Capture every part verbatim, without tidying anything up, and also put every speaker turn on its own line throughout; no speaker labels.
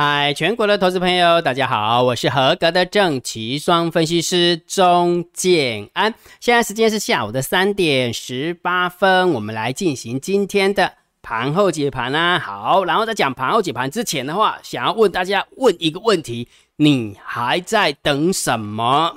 嗨，全国的投资朋友，大家好，我是合格的正奇双分析师钟建安。现在时间是下午的三点十八分，我们来进行今天的盘后解盘啊。好，然后在讲盘后解盘之前的话，想要问大家问一个问题：你还在等什么？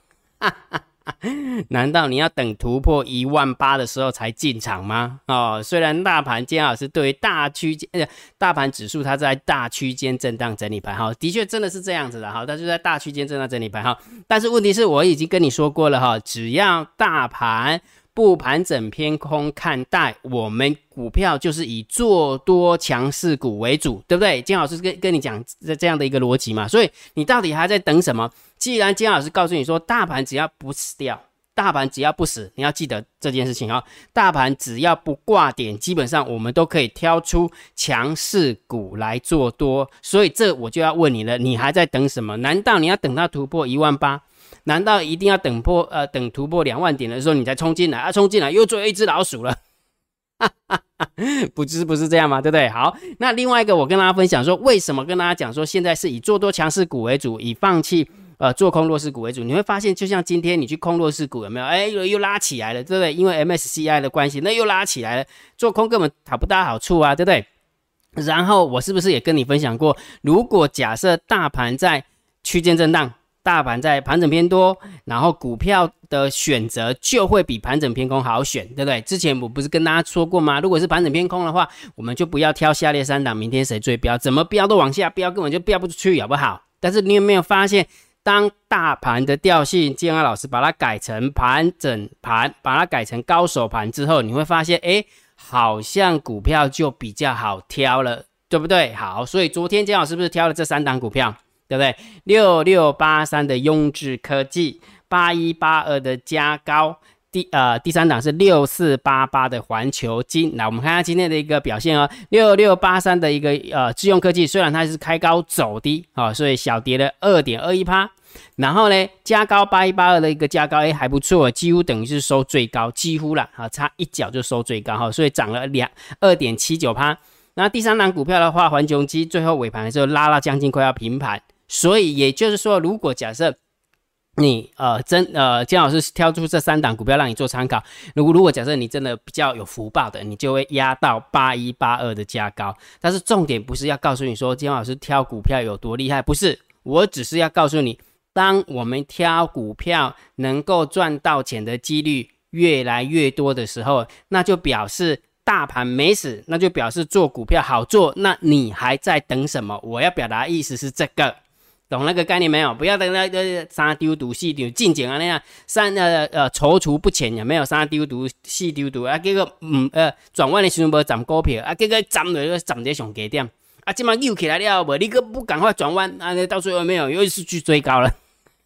难道你要等突破一万八的时候才进场吗？哦，虽然大盘今天老师对于大区间、呃、大盘指数它在大区间震荡整理盘哈，的确真的是这样子的哈，它就在大区间震荡整理盘哈。但是问题是我已经跟你说过了哈，只要大盘不盘整偏空看待，我们股票就是以做多强势股为主，对不对？金老师跟跟你讲这样的一个逻辑嘛，所以你到底还在等什么？既然金老师告诉你说，大盘只要不死掉，大盘只要不死，你要记得这件事情哦。大盘只要不挂点，基本上我们都可以挑出强势股来做多。所以这我就要问你了，你还在等什么？难道你要等到突破一万八？难道一定要等破呃等突破两万点的时候你才冲进来啊？冲进来又追一只老鼠了。不是不是这样吗？对不对？好，那另外一个我跟大家分享说，为什么跟大家讲说现在是以做多强势股为主，以放弃呃做空弱势股为主？你会发现就像今天你去空弱势股有没有？哎，又又拉起来了，对不对？因为 M S C I 的关系，那又拉起来了，做空根本讨不到好处啊，对不对？然后我是不是也跟你分享过，如果假设大盘在区间震荡，大盘在盘整偏多，然后股票的选择就会比盘整偏空好选，对不对？之前我不是跟大家说过吗？如果是盘整偏空的话，我们就不要挑下列三档，明天谁追标，怎么标都往下标，根本就标不出去，好不好？但是你有没有发现，当大盘的调性，建安老师把它改成盘整盘，把它改成高手盘之后，你会发现，诶，好像股票就比较好挑了，对不对？好，所以昨天建安老师是不是挑了这三档股票？对不对？六六八三的雍智科技，八一八二的嘉高，第呃第三档是六四八八的环球金。来，我们看一下今天的一个表现哦。六六八三的一个呃智用科技，虽然它是开高走低啊、哦，所以小跌了 百分之二点二一。然后呢，嘉高八一八二的一个嘉高，哎还不错，几乎等于是收最高，几乎啦，啊差一角就收最高哈、哦，所以涨了 百分之二点七九。那第三档股票的话，环球金最后尾盘的时候拉到将近快要平盘。所以也就是说，如果假设你呃真呃姜老师挑出这三档股票让你做参考，如果如果假设你真的比较有福报的，你就会压到八一八二的价高。但是重点不是要告诉你说姜老师挑股票有多厉害，不是，我只是要告诉你，当我们挑股票能够赚到钱的几率越来越多的时候，那就表示大盘没死，那就表示做股票好做，那你还在等什么？我要表达的意思是这个。懂那个概念没有？不要等那个三丢毒四丢，进前啊那样三呃呃踌躇不前，有没有三丢毒四丢毒啊？结果嗯呃转弯的时候无涨股票啊，结果涨了涨在上低点啊，这么又起来了不？你个不赶快转弯啊？到最后有没有又是去追高了？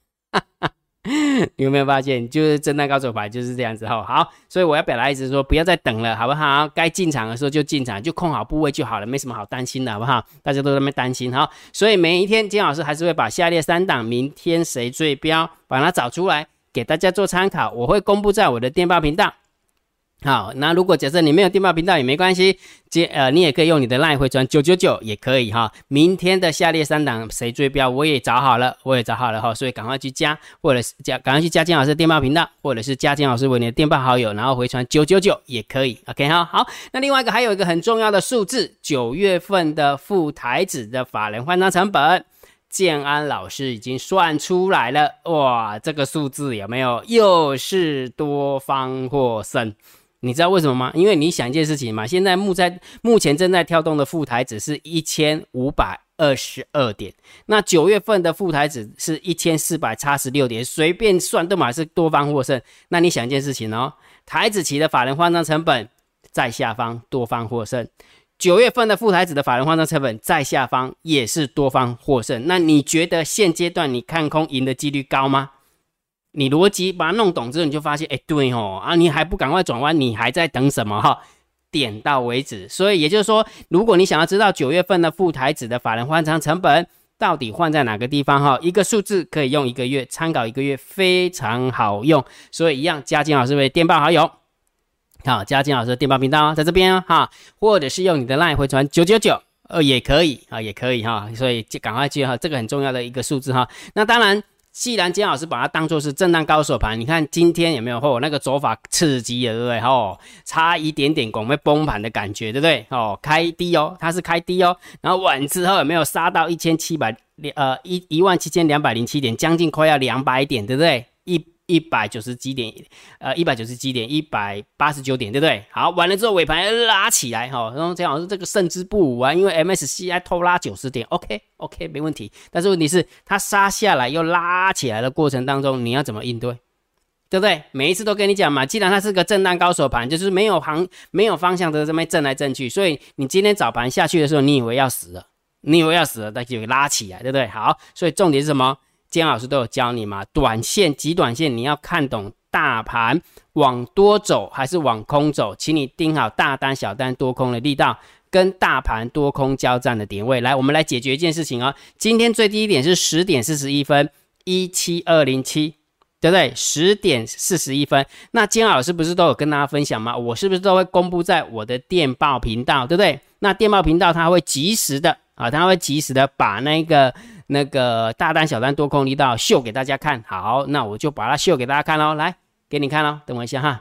你有没有发现，就是震荡高手盘就是这样子哈。好，所以我要表达意思是说，不要再等了，好不好？该进场的时候就进场，就控好部位就好了，没什么好担心的，好不好？大家都在那边担心哈。所以每一天，金老师还是会把下列三档明天谁最标，把它找出来给大家做参考，我会公布在我的电报频道。好，那如果假设你没有电报频道也没关系，接呃你也可以用你的 LINE 回传九九九也可以哈。明天的下列三档谁追标我也找好了，我也找好了哈，所以赶快去加，或者是加赶快去加金老师的电报频道，或者是加金老师为你的电报好友，然后回传九九九也可以。OK 哈，好，那另外一个还有一个很重要的数字，九月份的富台指的法人换仓成本。建安老师已经算出来了，哇，这个数字有没有又是多方获胜？你知道为什么吗？因为你想一件事情嘛，现在目在目前正在跳动的富台指是一千五百二十二点，那九月份的富台指是一千四百八十六点，随便算都嘛是多方获胜。那你想一件事情哦，台指期的法人换仓成本在下方，多方获胜。九月份的富台指的法人换仓成本在下方，也是多方获胜。那你觉得现阶段你看空赢的几率高吗？你逻辑把它弄懂之后，你就发现，哎，对哦，啊，你还不赶快转弯，你还在等什么哈？点到为止。所以也就是说，如果你想要知道九月份的富台指的法人换仓成本到底换在哪个地方哈，一个数字可以用一个月，参考一个月非常好用。所以一样，加金老师为电报好友。好，加金老师的电报频道在这边哈，或者是用你的 LINE 回传九九九呃，也可以啊，也可以哈，所以赶快记哈，这个很重要的一个数字哈。那当然，既然姜老师把它当作是震荡高手盘，你看今天有没有哦，那个走法刺激了，对不对？哦，差一点点拱会崩盘的感觉，对不对？哦，开低哦，它是开低哦，然后晚之后有没有杀到一千七百呃一一万七千两百零七点，将近快要两百点，对不对？一一百九十几点，呃，一百九十几点，一百八十九点，对不对？好，完了之后尾盘拉起来，哈、哦，然后姜老师这个胜之不武啊，因为 M S C I 偷拉九十点 ，OK OK 没问题。但是问题是，它杀下来又拉起来的过程当中，你要怎么应对？对不对？每一次都跟你讲嘛，既然它是个震荡高手盘，就是没有行没有方向的这么震来震去，所以你今天早盘下去的时候，你以为要死了，你以为要死了，它就拉起来，对不对？好，所以重点是什么？姜老师都有教你嘛，短线极短线你要看懂大盘往多走还是往空走，请你盯好大单小单多空的力道跟大盘多空交战的点位。来，我们来解决一件事情哦。今天最低点是十点四十一分一七二零七，对不对？十点四十一分，那姜老师不是都有跟大家分享吗？我是不是都会公布在我的电报频道，对不对？那电报频道它会及时的啊，它会及时的把那个那个大单小单多空力道秀给大家看。好，那我就把它秀给大家看咯，来给你看咯，等我一下哈，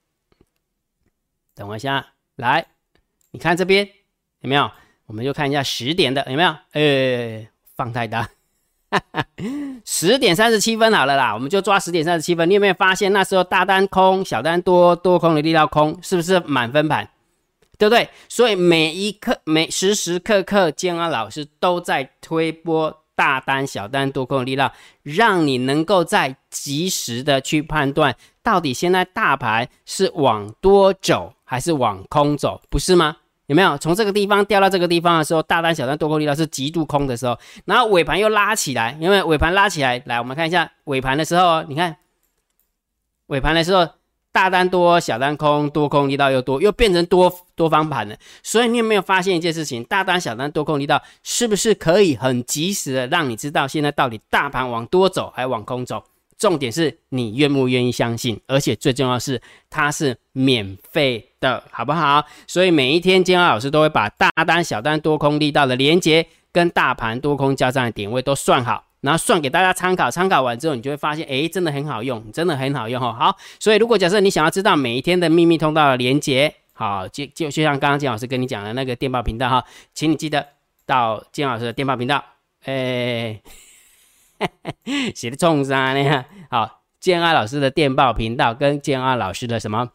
等我一下，来，你看这边有没有？我们就看一下十点的有没有？呃，放太大。十点三十七分好了啦，我们就抓十点三十七分。你有没有发现那时候大单空，小单多，多空的力道空，是不是满分盘？对不对？所以每一刻每时时刻刻建安老师都在推播大单小单多空的力道，让你能够在及时的去判断到底现在大盘是往多走还是往空走，不是吗？有没有从这个地方掉到这个地方的时候，大单小单多空力道是极度空的时候，然后尾盘又拉起来，因为尾盘拉起来，来我们看一下尾盘的时候，你看尾盘的时候大单多小单空，多空力道又多，又变成多多方盘了。所以你有没有发现一件事情，大单小单多空力道是不是可以很及时的让你知道现在到底大盘往多走还往空走？重点是你愿不愿意相信，而且最重要的是它是免费的，好不好？所以每一天建安老师都会把大单小单多空力道的连结跟大盘多空交战的点位都算好，然后算给大家参考，参考完之后你就会发现，诶，真的很好用，真的很好用哦。好，所以如果假设你想要知道每一天的秘密通道的连结，好，就就就像刚刚建老师跟你讲的那个电报频道哈，请你记得到建老师的电报频道，诶。写的冲啥呢？好，建安老师的电报频道跟建安老师的什么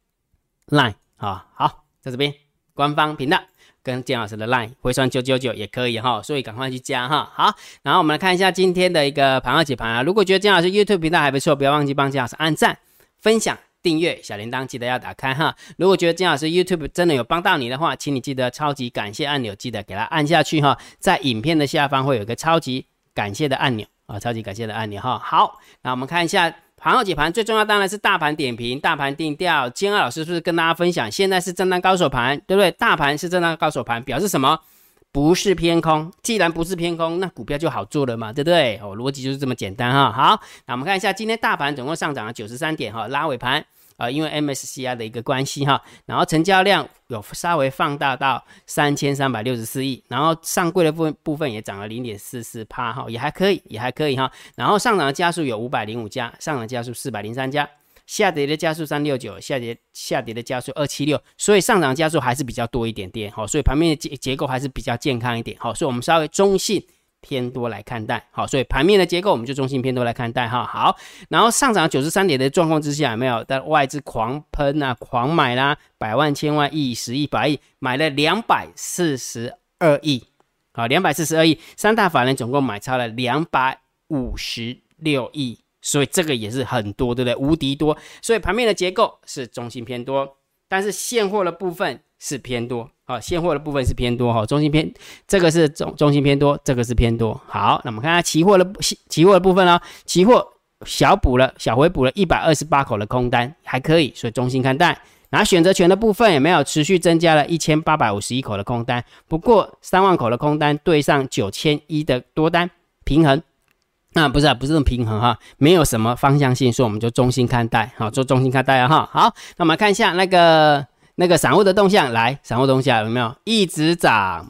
Line 啊，好，在这边官方频道跟建安老师的 Line 回传九九九也可以哈，所以赶快去加哈。好，然后我们来看一下今天的一个盘后解盘啊。如果觉得建安老师 YouTube 频道还不错，不要忘记帮建安老师按赞、分享、订阅，小铃铛记得要打开哈。如果觉得建安老师 YouTube 真的有帮到你的话，请你记得超级感谢按钮记得给它按下去哈，在影片的下方会有一个超级感谢的按钮啊，超级感谢的按钮哈。好，那我们看一下盘后解盘，最重要当然是大盘点评、大盘定调。建安老师是不是跟大家分享，现在是震荡高手盘，对不对？大盘是震荡高手盘，表示什么？不是偏空。既然不是偏空，那股票就好做了嘛，对不对？哦，逻辑就是这么简单哈。好，那我们看一下今天大盘总共上涨了九十三点哈，拉尾盘。呃，因为 M S C I 的一个关系哈，然后成交量有稍微放大到三千三百六十四亿，然后上柜的部分部分也涨了 零点四四% 哈，也还可以，也还可以哈。然后上涨的家数有五百零五家，上涨家数四百零三家，下跌的家数三百六十九，下跌下跌的家数二百七十六，所以上涨家数还是比较多一点点，好，所以盘面的结结构还是比较健康一点，好，所以我们稍微中性偏多来看待，好，所以盘面的结构我们就中性偏多来看待哈。好，然后上涨九十三点的状况之下，有没有？但外资狂喷啊，狂买啦，百万、千万、亿、十亿、百亿，买了两百四十二亿，好，两百四十二亿，三大法人总共买超了两百五十六亿，所以这个也是很多，对不对？无敌多，所以盘面的结构是中性偏多，但是现货的部分是偏多。好，现货的部分是偏多哈，中性偏这个是中中性偏多，这个是偏多。好，那我们看看期货的期货的部分哦，期货小补了小回补了一百二十八口的空单，还可以，所以中性看待。然后选择权的部分有没有持续增加了一千八百五十一口的空单？不过三万口的空单对上九千一的多单，平衡。那、啊、不是啊，不是这种平衡哈，没有什么方向性，所以我们就中性看待，好，做中性看待啊哈。好，那我们来看一下那个。那个散户的动向，来，散户动向有没有一直涨，不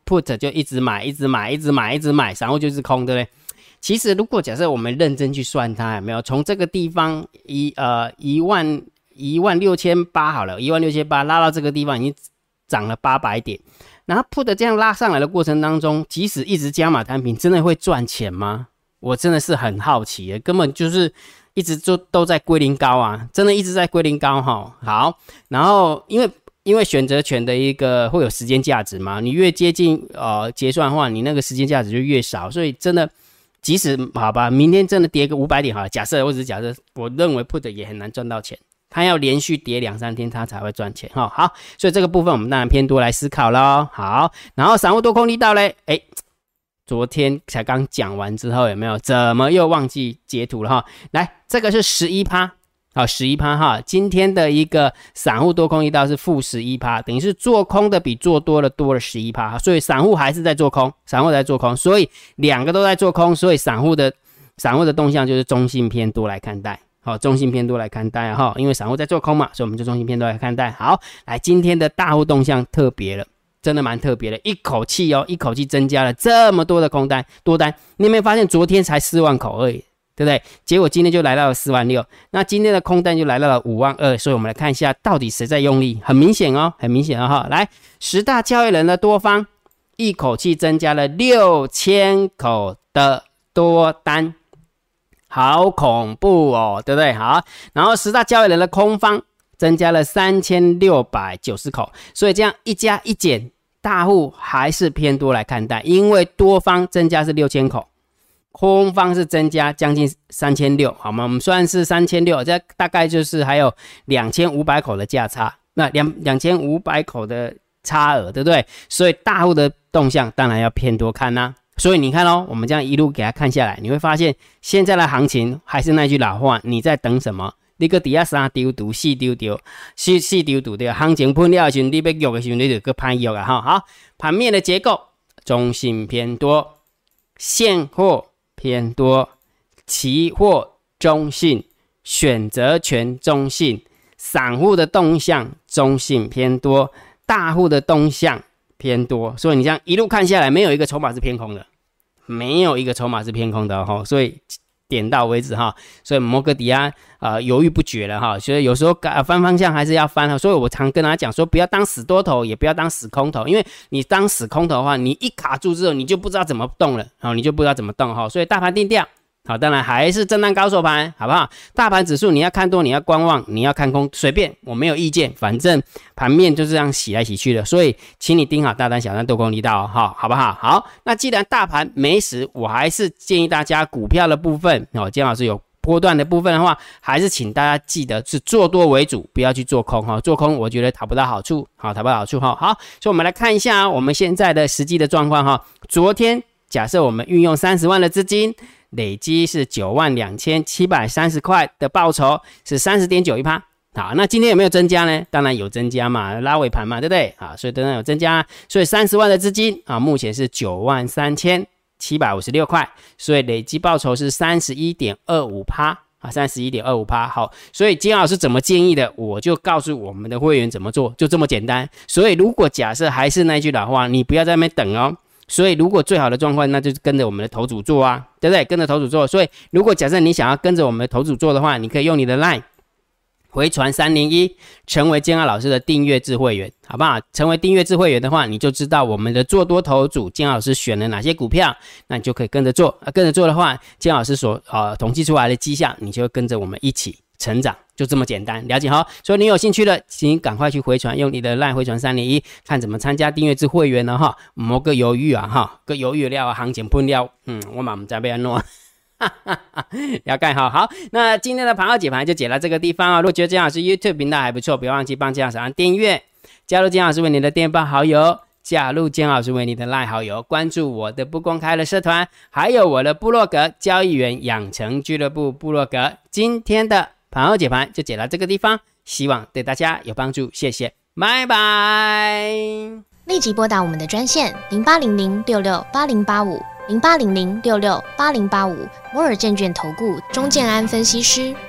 put 就一直买一直买一直买一直买，散户就是空，对不对？其实如果假设我们认真去算它，有没有从这个地方一呃一万一万六千八好了，一万六千八拉到这个地方已经涨了八百点，然后 put 这样拉上来的过程当中，即使一直加码摊平，真的会赚钱吗？我真的是很好奇耶，根本就是一直就都在归零高啊，真的一直在归零高哈。好，然后因为因为选择权的一个会有时间价值嘛，你越接近呃结算的话，你那个时间价值就越少，所以真的。即使好吧，明天真的跌个五百点好了，假设我只是假设，我认为 put 也很难赚到钱，它要连续跌两三天它才会赚钱哈。好，所以这个部分我们当然偏多来思考咯。好，然后散户多空力道嘞，哎，昨天才刚讲完之后有没有？怎么又忘记截图了哈？来，这个是 百分之十一。好 百分之十一 哈，今天的一个散户多空力道是负 百分之十一， 等于是做空的比做多的多了 百分之十一， 所以散户还是在做空，散户在做空，所以两个都在做空，所以散户的散户的动向就是中性偏多来看待。好，中性偏多来看待哈，因为散户在做空嘛，所以我们就中性偏多来看待。好，来今天的大户动向特别了，真的蛮特别的，一口气哦，一口气增加了这么多的空单多单，你有没有发现昨天才四万口而已？对不对？结果今天就来到了四万六，那今天的空单就来到了五万二，所以我们来看一下到底谁在用力，很明显哦，很明显哦哈。来，十大交易人的多方一口气增加了六千口的多单，好恐怖哦，对不对？好，然后十大交易人的空方增加了三千六百九十口，所以这样一加一减，大户还是偏多来看待，因为多方增加是六千口。空方是增加将近三千六百，好吗？我们算是三千六百，这大概就是还有两千五百口的价差，那两千五百口的差额，对不对？所以大户的动向当然要偏多看啦、啊。所以你看哦，我们这样一路给它看下来，你会发现现在的行情还是那句老话，你在等什么？你个底下三丢丢四丢丢四四丢丢对，行情喷了的时候，你要用的时候，你就个拍用啊哈。好，盘面的结构中性偏多，现货偏多，期货中性，选择权中性，散户的动向中性偏多，大户的动向偏多，所以你这样一路看下来，没有一个筹码是偏空的，没有一个筹码是偏空的哈，所以点到为止哈，所以摩哥底下呃犹豫不决了哈，所以有时候翻方向还是要翻哈，所以我常跟他讲说，不要当死多头，也不要当死空头，因为你当死空头的话，你一卡住之后，你就不知道怎么动了，好，你就不知道怎么动哈，所以大盘定调。好，当然还是震荡高手盘，好不好？大盘指数你要看多，你要观望，你要看空，随便，我没有意见，反正盘面就是这样洗来洗去的，所以请你盯好大单、小单、多空力道，好，好不好？好，那既然大盘没死，我还是建议大家股票的部分，哦，姜老师有波段的部分的话，还是请大家记得是做多为主，不要去做空哈，做空我觉得讨不到好处，好，讨不到好处哈。好，所以我们来看一下我们现在的实际的状况哈。昨天假设我们运用三十万的资金。累积是九万两千七百三十块的报酬，是 三十点九一趴。好，那今天有没有增加呢？当然有增加嘛，拉尾盘嘛，对不对？啊，所以当然有增加，所以三十万的资金啊，目前是九万三千七百五十六块，所以累积报酬是 三十一点二五趴。啊 ，三十一点二五趴，好，所以金老师怎么建议的，我就告诉我们的会员怎么做，就这么简单。所以如果假设还是那句老话，你不要在那边等哦。所以如果最好的状况，那就是跟着我们的头主做啊，对不对？跟着头主做。所以如果假设你想要跟着我们的头主做的话，你可以用你的 LINE 回传三零一，成为建安老师的订阅制会员，好不好？成为订阅制会员的话，你就知道我们的做多头主建安老师选了哪些股票，那你就可以跟着做。啊、跟着做的话，建安老师所呃统计出来的绩效，你就会跟着我们一起成长。就这么简单，了解哈。所以你有兴趣的，请赶快去回传，用你的 LINE 回传三零一，看怎么参加订阅制会员呢哈。莫个犹豫啊哈，个犹豫了啊，行情喷了，嗯，我嘛唔知要安怎。了解好，好，那今天的盘后解盘就解到这个地方啊。如果觉得姜老师 YouTube 频道还不错，不要忘记帮姜老师按订阅，加入姜老师为你的电报好友，加入姜老师为你的 LINE 好友，关注我的不公开的社团，还有我的部落格交易员养成俱乐部部落格。今天的盘后解盘就解到这个地方，希望对大家有帮助，谢谢，拜拜。
立即拨打我们的专线零八零零六六八零八五零八零零六六八零八五摩尔证券投顾钟建安分析师。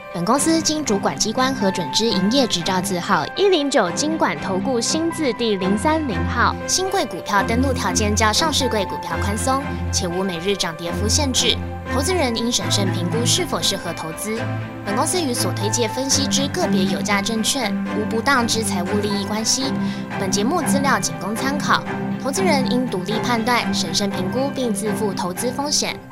本公司经主管机关核准之营业执照字号一零九金管投顾新字第零三零号。新贵股票登录条件较上市贵股票宽松，且无每日涨跌幅限制。投资人应审慎评估是否适合投资。本公司与所推介分析之个别有价证券无不当之财务利益关系。本节目资料仅供参考，投资人应独立判断、审慎评估并自负投资风险。